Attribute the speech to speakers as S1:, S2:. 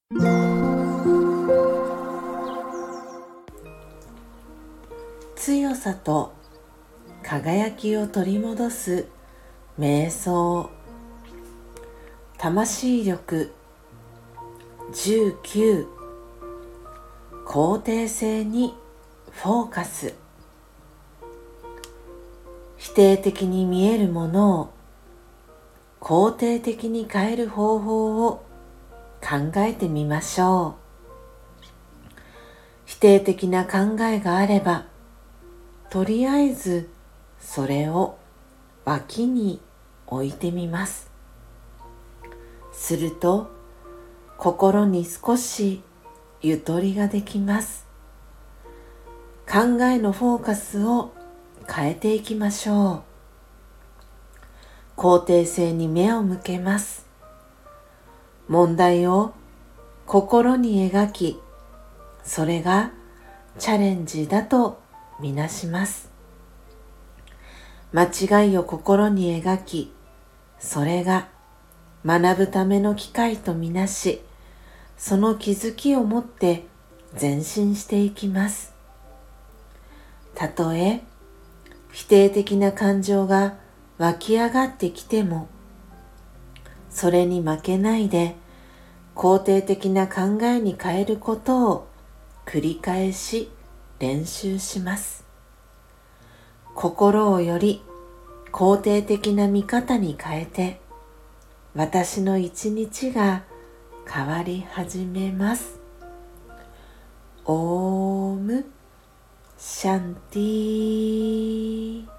S1: 強さと輝きを取り戻す瞑想。魂力19、肯定性にフォーカス。否定的に見えるものを肯定的に変える方法を考えてみましょう。否定的な考えがあれば、とりあえずそれを脇に置いてみます。すると心に少しゆとりができます。考えのフォーカスを変えていきましょう。肯定性に目を向けます。問題を心に描き、それがチャレンジだとみなします。間違いを心に描き、それが学ぶための機会とみなし、その気づきを持って前進していきます。たとえ否定的な感情が湧き上がってきても、それに負けないで肯定的な考えに変えることを繰り返し練習します。心をより肯定的な見方に変えて、私の一日が変わり始めます。オームシャンティー。